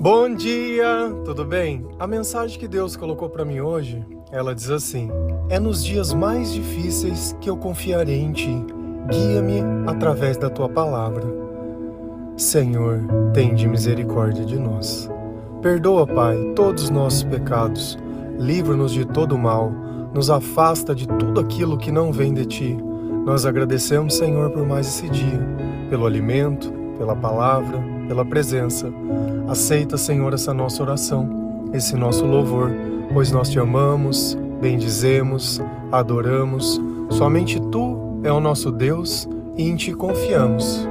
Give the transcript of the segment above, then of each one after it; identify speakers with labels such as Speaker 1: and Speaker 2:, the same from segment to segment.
Speaker 1: Bom dia, tudo bem? A mensagem que Deus colocou para mim hoje, ela diz assim: é nos dias mais difíceis que eu confiarei em Ti. Guia-me através da Tua palavra. Senhor, tende misericórdia de nós. Perdoa, Pai, todos os nossos pecados. Livra-nos de todo mal. Nos afasta de tudo aquilo que não vem de Ti. Nós agradecemos, Senhor, por mais esse dia, pelo alimento, pela palavra, pela presença. Aceita, Senhor, essa nossa oração, esse nosso louvor, pois nós Te amamos, bendizemos, adoramos. Somente Tu é o nosso Deus e em Ti confiamos.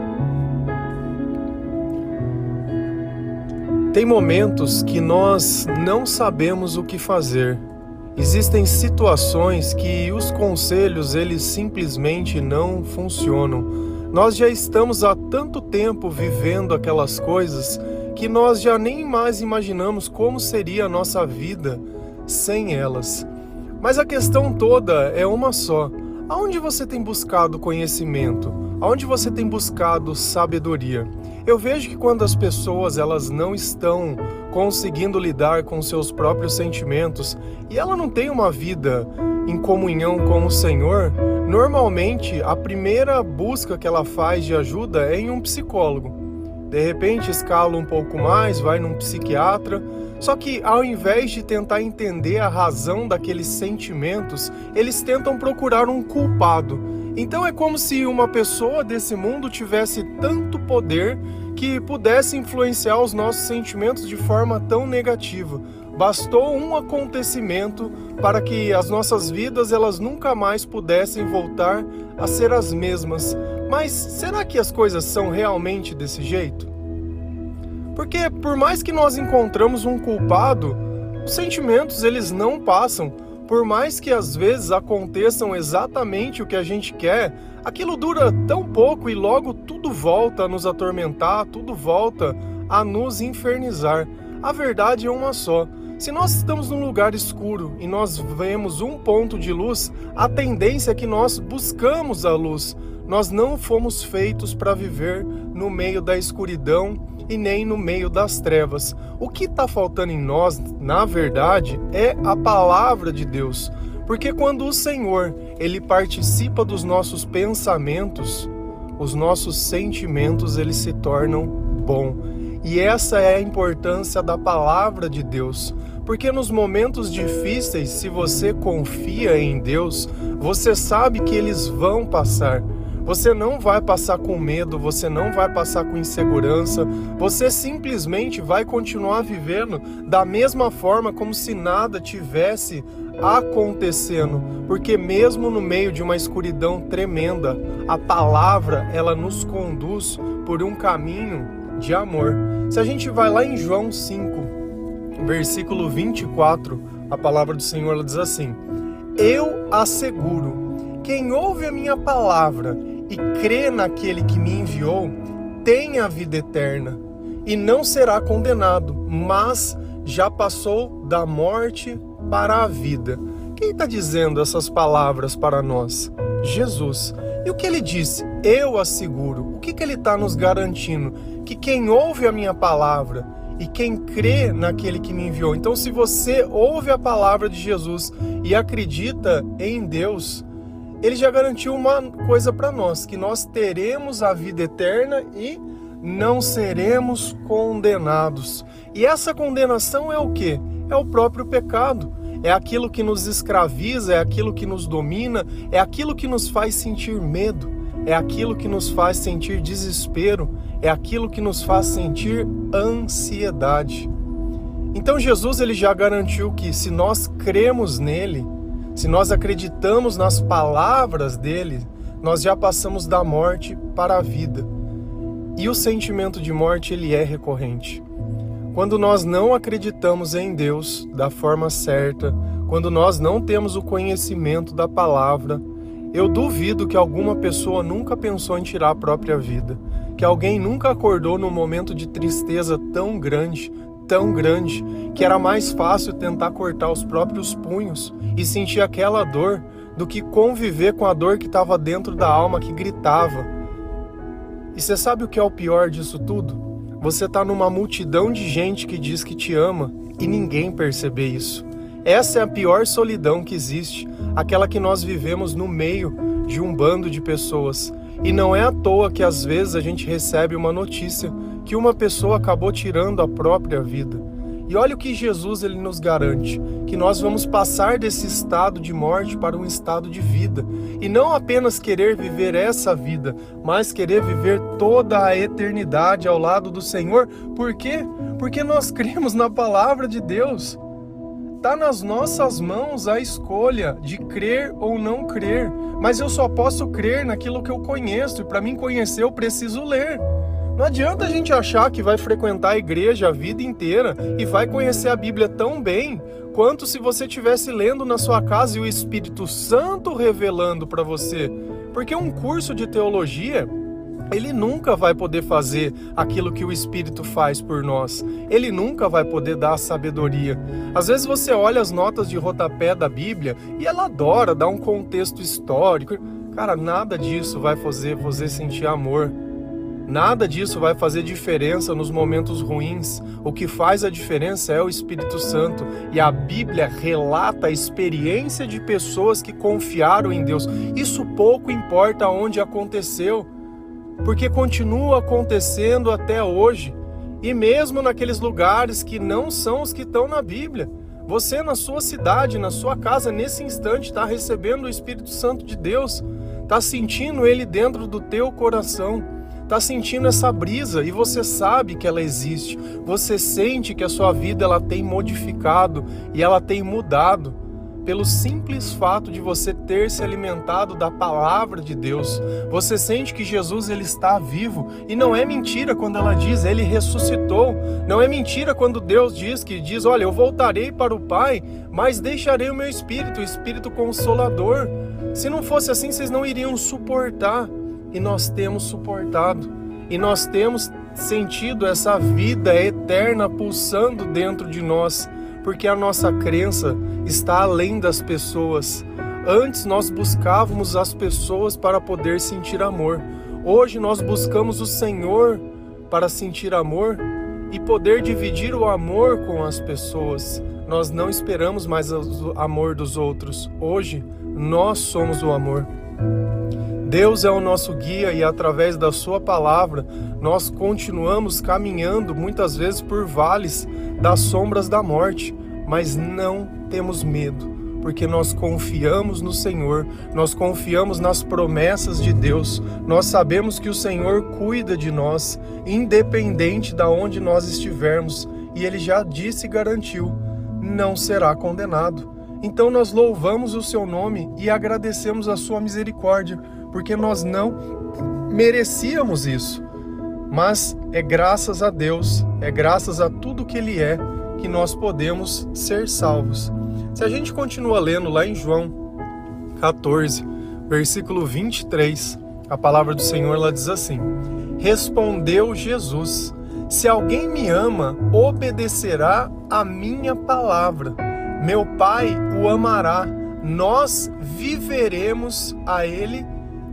Speaker 1: Tem momentos que nós não sabemos o que fazer. Existem situações que os conselhos, eles simplesmente não funcionam. Nós já estamos há tanto tempo vivendo aquelas coisas que nós já nem mais imaginamos como seria a nossa vida sem elas. Mas a questão toda é uma só. Aonde você tem buscado conhecimento? Aonde você tem buscado sabedoria? Eu vejo que quando as pessoas elas não estão conseguindo lidar com seus próprios sentimentos e ela não tem uma vida em comunhão com o Senhor, normalmente a primeira busca que ela faz de ajuda é em um psicólogo. De repente escala um pouco mais, vai num psiquiatra. Só que ao invés de tentar entender a razão daqueles sentimentos, eles tentam procurar um culpado. Então é como se uma pessoa desse mundo tivesse tanto poder que pudesse influenciar os nossos sentimentos de forma tão negativa. Bastou um acontecimento para que as nossas vidas elas nunca mais pudessem voltar a ser as mesmas. Mas será que as coisas são realmente desse jeito? Porque por mais que nós encontramos um culpado, os sentimentos eles não passam. Por mais que às vezes aconteçam exatamente o que a gente quer, aquilo dura tão pouco e logo tudo volta a nos atormentar, tudo volta a nos infernizar. A verdade é uma só. Se nós estamos num lugar escuro e nós vemos um ponto de luz, a tendência é que nós buscamos a luz. Nós não fomos feitos para viver no meio da escuridão e nem no meio das trevas. O que está faltando em nós, na verdade, é a palavra de Deus. Porque quando o Senhor, Ele participa dos nossos pensamentos, os nossos sentimentos, eles se tornam bons. E essa é a importância da palavra de Deus. Porque nos momentos difíceis, se você confia em Deus, você sabe que eles vão passar. Você não vai passar com medo, você não vai passar com insegurança, você simplesmente vai continuar vivendo da mesma forma como se nada tivesse acontecendo. Porque mesmo no meio de uma escuridão tremenda, a palavra ela nos conduz por um caminho de amor. Se a gente vai lá em João 5, versículo 24, a palavra do Senhor ela diz assim: eu asseguro, quem ouve a minha palavra e crê naquele que me enviou, tem a vida eterna, e não será condenado, mas já passou da morte para a vida. Quem está dizendo essas palavras para nós? Jesus. E o que ele disse? Eu asseguro. O que ele está nos garantindo? Que quem ouve a minha palavra e quem crê naquele que me enviou. Então, se você ouve a palavra de Jesus e acredita em Deus, Ele já garantiu uma coisa para nós, que nós teremos a vida eterna e não seremos condenados. E essa condenação é o quê? É o próprio pecado. É aquilo que nos escraviza, é aquilo que nos domina, é aquilo que nos faz sentir medo, é aquilo que nos faz sentir desespero, é aquilo que nos faz sentir ansiedade. Então Jesus ele já garantiu que se nós cremos nele, se nós acreditamos nas palavras dele, nós já passamos da morte para a vida. E o sentimento de morte, ele é recorrente. Quando nós não acreditamos em Deus da forma certa, quando nós não temos o conhecimento da palavra, eu duvido que alguma pessoa nunca pensou em tirar a própria vida, que alguém nunca acordou num momento de tristeza tão grande, que era mais fácil tentar cortar os próprios punhos e sentir aquela dor do que conviver com a dor que estava dentro da alma, que gritava. E você sabe o que é o pior disso tudo? você está numa multidão de gente que diz que te ama e ninguém perceber isso. Essa é a pior solidão que existe, aquela que nós vivemos no meio de um bando de pessoas. E não é à toa que às vezes a gente recebe uma notícia que uma pessoa acabou tirando a própria vida. E olha o que Jesus ele nos garante, que nós vamos passar desse estado de morte para um estado de vida. E não apenas querer viver essa vida, mas querer viver toda a eternidade ao lado do Senhor. Por quê? Porque nós cremos na palavra de Deus. Está nas nossas mãos a escolha de crer ou não crer. Mas eu só posso crer naquilo que eu conheço. E para mim conhecer eu preciso ler. Não adianta a gente achar que vai frequentar a igreja a vida inteira e vai conhecer a Bíblia tão bem quanto se você estivesse lendo na sua casa e o Espírito Santo revelando para você. Porque um curso de teologia, ele nunca vai poder fazer aquilo que o Espírito faz por nós. Ele nunca vai poder dar a sabedoria. Às vezes você olha as notas de rodapé da Bíblia e ela adora dar um contexto histórico. Cara, nada disso vai fazer você sentir amor. Nada disso vai fazer diferença nos momentos ruins. O que faz a diferença é o Espírito Santo. E a Bíblia relata a experiência de pessoas que confiaram em Deus. Isso pouco importa onde aconteceu, porque continua acontecendo até hoje. E mesmo naqueles lugares que não são os que estão na Bíblia. Você na sua cidade, na sua casa, nesse instante está recebendo o Espírito Santo de Deus. Está sentindo Ele dentro do teu coração. Está sentindo essa brisa e você sabe que ela existe. Você sente que a sua vida ela tem modificado e ela tem mudado pelo simples fato de você ter se alimentado da palavra de Deus. Você sente que Jesus ele está vivo e não é mentira quando ela diz ele ressuscitou. Não é mentira quando Deus diz olha, eu voltarei para o Pai, mas deixarei o meu Espírito, o Espírito Consolador. Se não fosse assim, vocês não iriam suportar. E nós temos suportado, e nós temos sentido essa vida eterna pulsando dentro de nós, porque a nossa crença está além das pessoas. Antes nós buscávamos as pessoas para poder sentir amor. Hoje nós buscamos o Senhor para sentir amor e poder dividir o amor com as pessoas. Nós não esperamos mais o amor dos outros. Hoje nós somos o amor. Deus é o nosso guia e através da sua palavra nós continuamos caminhando muitas vezes por vales das sombras da morte, mas não temos medo, porque nós confiamos no Senhor, nós confiamos nas promessas de Deus, nós sabemos que o Senhor cuida de nós, independente de onde nós estivermos, e Ele já disse e garantiu, não será condenado. Então nós louvamos o seu nome e agradecemos a sua misericórdia, porque nós não merecíamos isso. Mas é graças a Deus, é graças a tudo que Ele é, que nós podemos ser salvos. Se a gente continua lendo lá em João 14, versículo 23, a palavra do Senhor lá diz assim: respondeu Jesus, se alguém me ama, obedecerá a minha palavra. Meu Pai o amará, nós viremos a Ele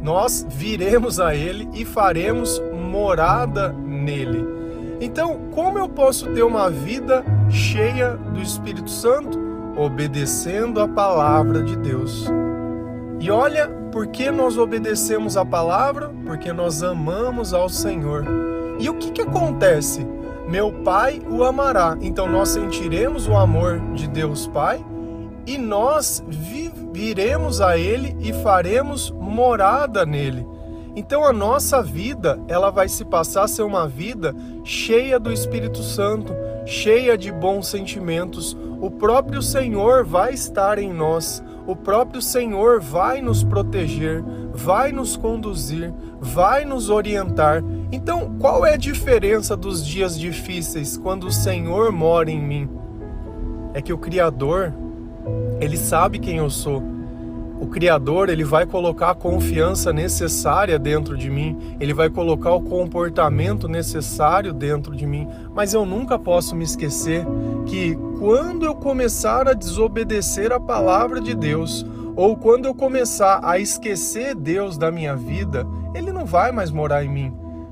Speaker 1: e faremos morada nele. Então, como eu posso ter uma vida cheia do Espírito Santo? Obedecendo a palavra de Deus. E olha, por que nós obedecemos a palavra? Porque nós amamos ao Senhor. E o que acontece? Meu Pai o amará. Então nós sentiremos o amor de Deus Pai e nós viremos a Ele e faremos morada nele. Então a nossa vida, ela vai se passar a ser uma vida cheia do Espírito Santo, cheia de bons sentimentos. O próprio Senhor vai estar em nós, o próprio Senhor vai nos proteger, vai nos conduzir, vai nos orientar. Então, qual é a diferença dos dias difíceis quando o Senhor mora em mim? É que o Criador, Ele sabe quem eu sou. O Criador, Ele vai colocar a confiança necessária dentro de mim, Ele vai colocar o comportamento necessário dentro de mim, mas eu nunca posso me esquecer que quando eu começar a desobedecer a palavra de Deus, ou quando eu começar a esquecer Deus da minha vida, Ele não vai mais morar em mim,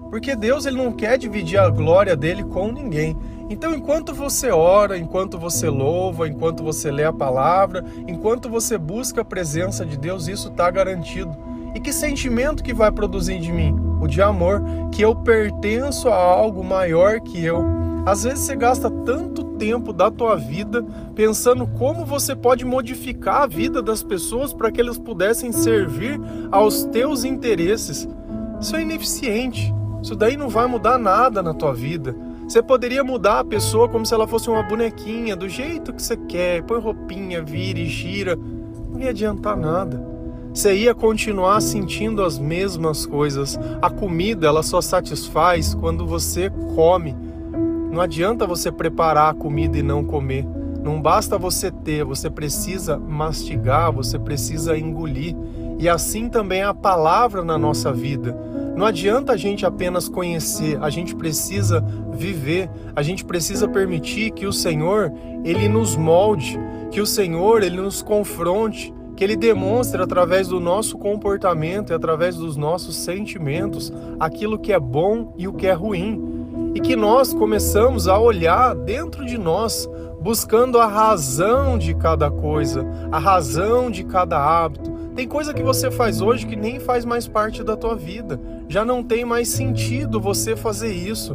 Speaker 1: Porque Deus, ele não quer dividir a glória dele com ninguém. Então, enquanto você ora, enquanto você louva, enquanto você lê a palavra, enquanto você busca a presença de Deus, isso está garantido. E que sentimento que vai produzir de mim? O de amor, que eu pertenço a algo maior que eu. Às vezes você gasta tanto tempo da tua vida pensando como você pode modificar a vida das pessoas para que elas pudessem servir aos teus interesses. Isso é ineficiente. Isso daí não vai mudar nada na tua vida. Você poderia mudar a pessoa como se ela fosse uma bonequinha, do jeito que você quer, põe roupinha, vira e gira. Não ia adiantar nada. Você ia continuar sentindo as mesmas coisas. A comida, ela só satisfaz quando você come. Não adianta você preparar a comida e não comer. Não basta você ter, você precisa mastigar, você precisa engolir. E assim também é a palavra na nossa vida. Não adianta a gente apenas conhecer, a gente precisa viver, a gente precisa permitir que o Senhor, ele nos molde, que o Senhor, ele nos confronte, que ele demonstre através do nosso comportamento e através dos nossos sentimentos aquilo que é bom e o que é ruim. E que nós começamos a olhar dentro de nós, buscando a razão de cada coisa, a razão de cada hábito. Tem coisa que você faz hoje que nem faz mais parte da tua vida. Já não tem mais sentido você fazer isso.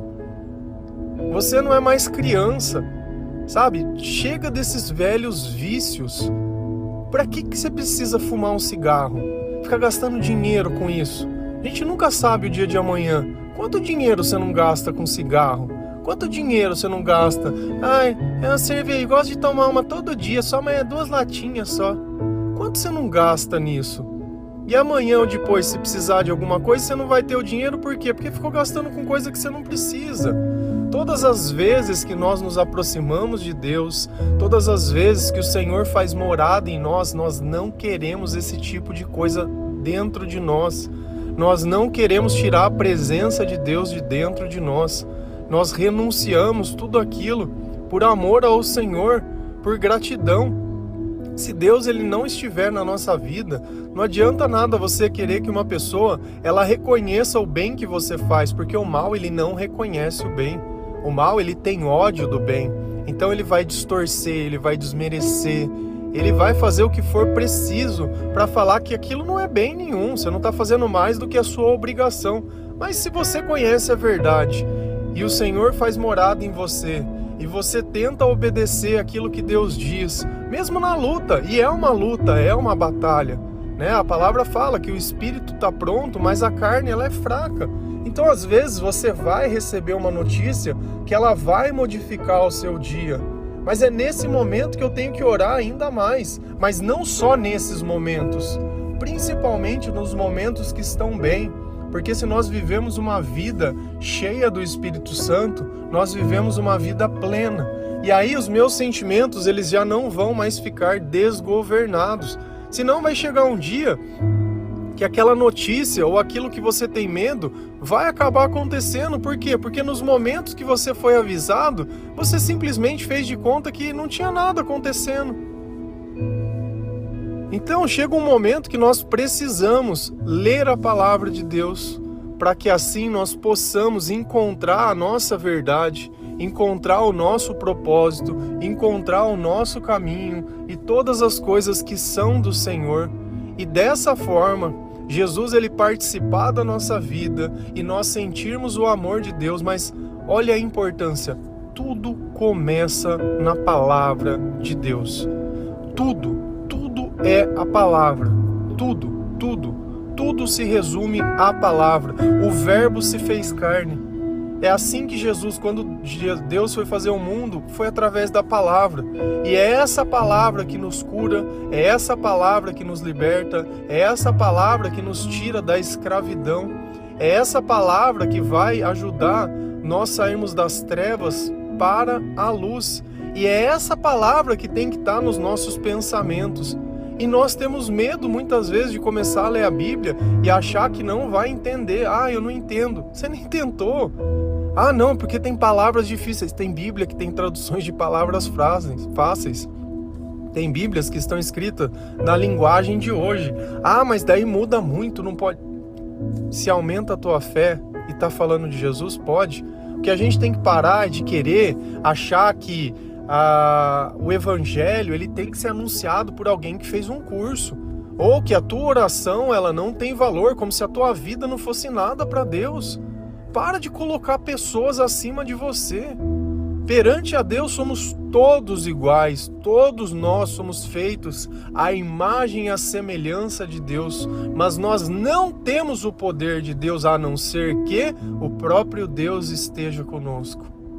Speaker 1: Você não é mais criança, sabe? Chega desses velhos vícios. Para que você precisa fumar um cigarro? Ficar gastando dinheiro com isso? A gente nunca sabe o dia de amanhã. Quanto dinheiro você não gasta com cigarro? Quanto dinheiro você não gasta? Ai, é uma cerveja, eu gosto de tomar uma todo dia, só mas é 2 latinhas só. Quanto você não gasta nisso? E amanhã ou depois, se precisar de alguma coisa, você não vai ter o dinheiro, por quê? Porque ficou gastando com coisa que você não precisa. Todas as vezes que nós nos aproximamos de Deus, todas as vezes que o Senhor faz morada em nós, nós não queremos esse tipo de coisa dentro de nós. Nós não queremos tirar a presença de Deus de dentro de nós. Nós renunciamos tudo aquilo por amor ao Senhor, por gratidão. Se Deus ele não estiver na nossa vida, não adianta nada você querer que uma pessoa ela reconheça o bem que você faz, porque o mal ele não reconhece o bem. O mal ele tem ódio do bem. Então ele vai distorcer, ele vai desmerecer, ele vai fazer o que for preciso para falar que aquilo não é bem nenhum, você não está fazendo mais do que a sua obrigação. Mas se você conhece a verdade e o Senhor faz morada em você, e você tenta obedecer aquilo que Deus diz, mesmo na luta, e é uma luta, é uma batalha, né? A palavra fala que o espírito está pronto, mas a carne ela é fraca. Então às vezes você vai receber uma notícia que ela vai modificar o seu dia, mas é nesse momento que eu tenho que orar ainda mais, mas não só nesses momentos, principalmente nos momentos que estão bem. Porque se nós vivemos uma vida cheia do Espírito Santo, nós vivemos uma vida plena. E aí os meus sentimentos, eles já não vão mais ficar desgovernados. Senão vai chegar um dia que aquela notícia ou aquilo que você tem medo vai acabar acontecendo. Por quê? Porque nos momentos que você foi avisado, você simplesmente fez de conta que não tinha nada acontecendo. Então chega um momento que nós precisamos ler a palavra de Deus para que assim nós possamos encontrar a nossa verdade, encontrar o nosso propósito, encontrar o nosso caminho e todas as coisas que são do Senhor. E dessa forma, Jesus ele participar da nossa vida e nós sentirmos o amor de Deus, mas olha a importância, tudo começa na palavra de Deus. Tudo é a palavra, tudo se resume à palavra. O verbo se fez carne. É assim que Jesus, quando Deus foi fazer o mundo, foi através da palavra. E é essa palavra que nos cura, é essa palavra que nos liberta, é essa palavra que nos tira da escravidão, é essa palavra que vai ajudar nós sairmos das trevas para a luz. E é essa palavra que tem que estar nos nossos pensamentos. E nós temos medo muitas vezes de começar a ler a Bíblia e achar que não vai entender. Ah, eu não entendo. Você nem tentou. Ah, não, porque tem palavras difíceis. Tem Bíblia que tem traduções de palavras fáceis. Tem Bíblias que estão escritas na linguagem de hoje. Ah, mas daí muda muito, não pode. Se aumenta a tua fé, e está falando de Jesus? Pode. O que a gente tem que parar é de querer achar que o evangelho ele tem que ser anunciado por alguém que fez um curso, ou que a tua oração ela não tem valor, como se a tua vida não fosse nada para Deus. Para de colocar pessoas acima de você. Perante a Deus somos todos iguais, todos nós somos feitos à imagem e à semelhança de Deus, mas nós não temos o poder de Deus a não ser que o próprio Deus esteja conosco.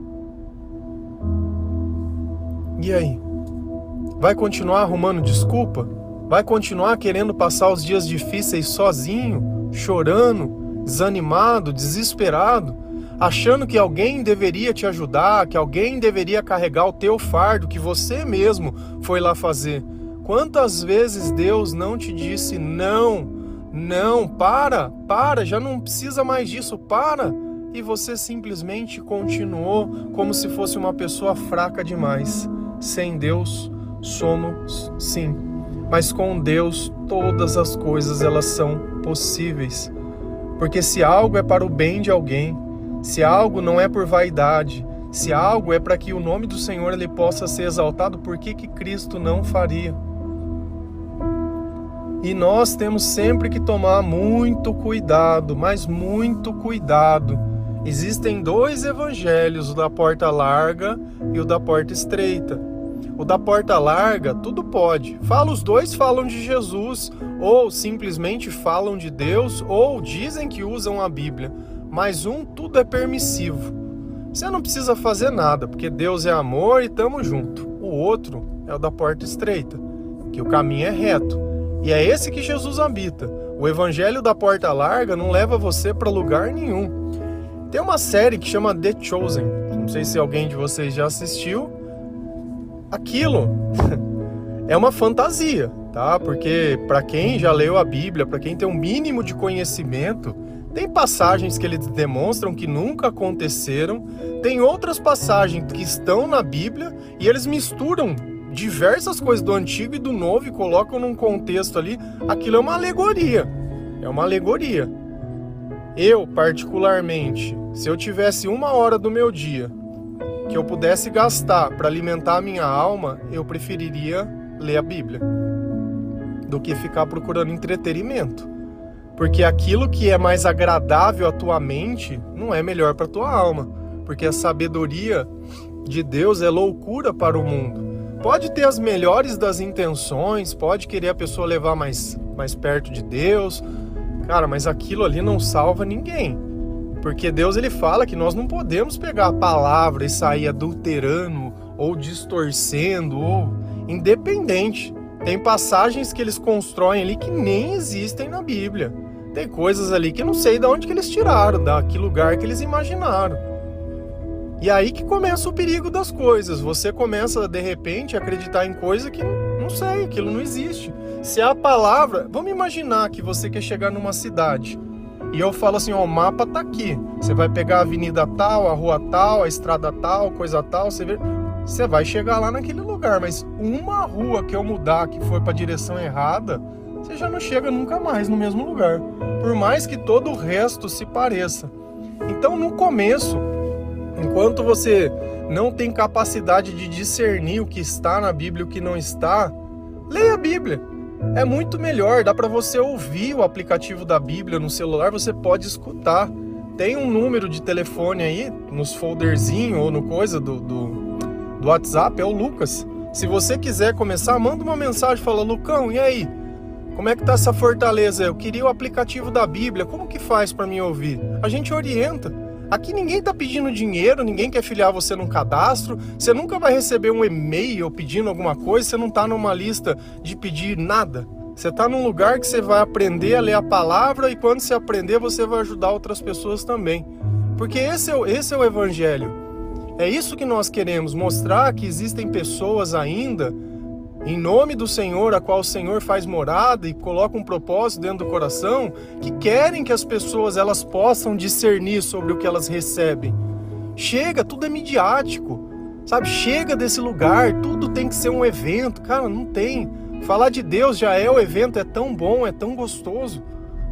Speaker 1: E aí? Vai continuar arrumando desculpa? Vai continuar querendo passar os dias difíceis sozinho, chorando, desanimado, desesperado, achando que alguém deveria te ajudar, que alguém deveria carregar o teu fardo que você mesmo foi lá fazer? Quantas vezes Deus não te disse não, para, já não precisa mais disso, para, e você simplesmente continuou como se fosse uma pessoa fraca demais. Sem Deus somos sim, mas com Deus todas as coisas elas são possíveis, porque se algo é para o bem de alguém, se algo não é por vaidade, se algo é para que o nome do Senhor ele possa ser exaltado, por que Cristo não faria? E nós temos sempre que tomar muito cuidado, mas muito cuidado. Existem dois evangelhos, o da porta larga e o da porta estreita. O da porta larga, tudo pode. Os dois falam de Jesus, ou simplesmente falam de Deus, ou dizem que usam a Bíblia. Mas tudo é permissivo. Você não precisa fazer nada, porque Deus é amor e tamo junto. O outro é o da porta estreita, que o caminho é reto. E é esse que Jesus habita. O evangelho da porta larga não leva você para lugar nenhum. Tem uma série que chama The Chosen. Não sei se alguém de vocês já assistiu. Aquilo é uma fantasia, tá? Porque para quem já leu a Bíblia, para quem tem um mínimo de conhecimento, tem passagens que eles demonstram que nunca aconteceram, tem outras passagens que estão na Bíblia e eles misturam diversas coisas do Antigo e do Novo e colocam num contexto ali. Aquilo é uma alegoria. É uma alegoria. Eu, particularmente, se eu tivesse 1 hora do meu dia que eu pudesse gastar para alimentar a minha alma, eu preferiria ler a Bíblia do que ficar procurando entretenimento. Porque aquilo que é mais agradável à tua mente não é melhor para a tua alma. Porque a sabedoria de Deus é loucura para o mundo. Pode ter as melhores das intenções, pode querer a pessoa levar mais perto de Deus. Cara, mas aquilo ali não salva ninguém. Porque Deus ele fala que nós não podemos pegar a palavra e sair adulterando ou distorcendo ou independente. Tem passagens que eles constroem ali que nem existem na Bíblia. Tem coisas ali que eu não sei de onde que eles tiraram, que lugar que eles imaginaram. E aí que começa o perigo das coisas. Você começa, de repente, a acreditar em coisa que, não sei, aquilo não existe. Se a palavra... Vamos imaginar que você quer chegar numa cidade. E eu falo assim, o mapa tá aqui. Você vai pegar a avenida tal, a rua tal, a estrada tal, coisa tal. Você vai chegar lá naquele lugar. Mas uma rua que eu mudar, que for para a direção errada, você já não chega nunca mais no mesmo lugar. Por mais que todo o resto se pareça. Então, no começo, enquanto você não tem capacidade de discernir o que está na Bíblia e o que não está, leia a Bíblia. É muito melhor, dá para você ouvir o aplicativo da Bíblia no celular, você pode escutar. Tem um número de telefone aí, nos folderzinhos ou no coisa do WhatsApp, é o Lucas. Se você quiser começar, manda uma mensagem, fala, Lucão, e aí? Como é que tá essa fortaleza? Eu queria o aplicativo da Bíblia, como que faz para mim ouvir? A gente orienta. Aqui ninguém tá pedindo dinheiro, ninguém quer filiar você num cadastro, você nunca vai receber um e-mail pedindo alguma coisa, você não tá numa lista de pedir nada. Você tá num lugar que você vai aprender a ler a palavra e quando você aprender você vai ajudar outras pessoas também. Porque esse é o evangelho. É isso que nós queremos, mostrar que existem pessoas ainda, em nome do Senhor, a qual o Senhor faz morada e coloca um propósito dentro do coração, que querem que as pessoas elas possam discernir sobre o que elas recebem. Chega, tudo é midiático, sabe? Chega desse lugar, tudo tem que ser um evento. Cara, não tem. Falar de Deus já é o evento, é tão bom, é tão gostoso.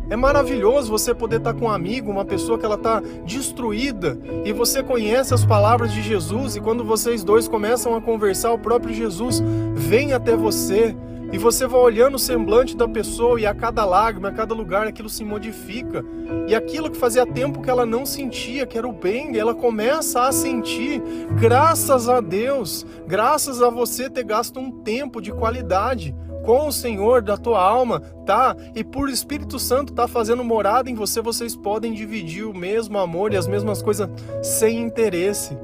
Speaker 1: É maravilhoso você poder estar com um amigo, uma pessoa que ela está destruída, e você conhece as palavras de Jesus, e quando vocês dois começam a conversar, o próprio Jesus vem até você, e você vai olhando o semblante da pessoa, e a cada lágrima, a cada lugar, aquilo se modifica. E aquilo que fazia tempo que ela não sentia, que era o bem, ela começa a sentir, graças a Deus, graças a você ter gasto um tempo de qualidade com o Senhor da tua alma, tá? E por Espírito Santo tá fazendo morada em você, vocês podem dividir o mesmo amor e as mesmas coisas sem interesse.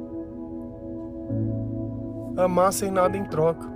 Speaker 1: Amar sem nada em troca.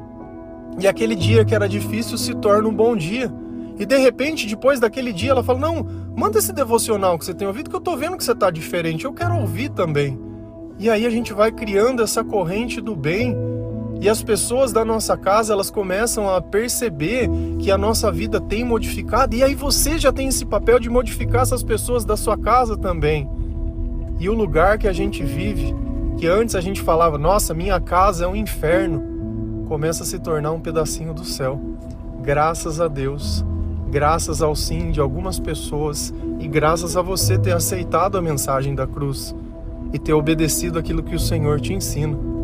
Speaker 1: E aquele dia que era difícil se torna um bom dia. E de repente, depois daquele dia, ela fala, não, manda esse devocional que você tem ouvido, que eu tô vendo que você tá diferente, eu quero ouvir também. E aí a gente vai criando essa corrente do bem. E as pessoas da nossa casa, elas começam a perceber que a nossa vida tem modificado. E aí você já tem esse papel de modificar essas pessoas da sua casa também. E o lugar que a gente vive, que antes a gente falava, nossa, minha casa é um inferno, começa a se tornar um pedacinho do céu. Graças a Deus, graças ao sim de algumas pessoas e graças a você ter aceitado a mensagem da cruz e ter obedecido aquilo que o Senhor te ensina.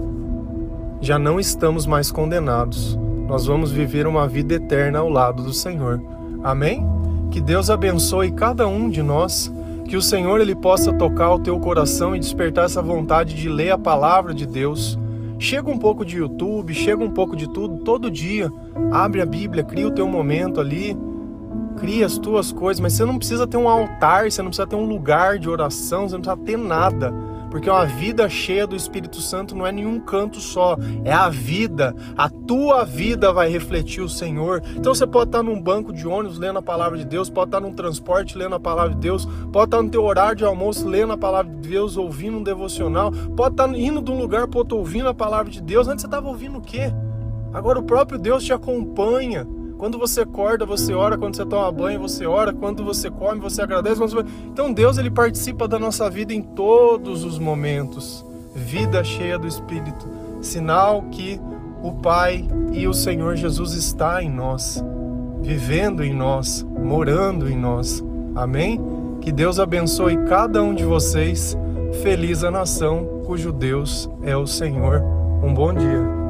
Speaker 1: Já não estamos mais condenados. Nós vamos viver uma vida eterna ao lado do Senhor. Amém? Que Deus abençoe cada um de nós. Que o Senhor ele possa tocar o teu coração e despertar essa vontade de ler a palavra de Deus. Chega um pouco de YouTube, chega um pouco de tudo, todo dia. Abre a Bíblia, cria o teu momento ali. Cria as tuas coisas, mas você não precisa ter um altar, você não precisa ter um lugar de oração, você não precisa ter nada. Porque uma vida cheia do Espírito Santo não é nenhum canto só, é a vida. A tua vida vai refletir o Senhor. Então você pode estar num banco de ônibus lendo a palavra de Deus, pode estar num transporte lendo a palavra de Deus, pode estar no teu horário de almoço lendo a palavra de Deus, ouvindo um devocional, pode estar indo de um lugar para outro ouvindo a palavra de Deus. Antes você estava ouvindo o quê? Agora o próprio Deus te acompanha. Quando você acorda, você ora. Quando você toma banho, você ora. Quando você come, você agradece. Então Deus ele participa da nossa vida em todos os momentos. Vida cheia do Espírito. Sinal que o Pai e o Senhor Jesus está em nós. Vivendo em nós. Morando em nós. Amém? Que Deus abençoe cada um de vocês. Feliz a nação cujo Deus é o Senhor. Um bom dia.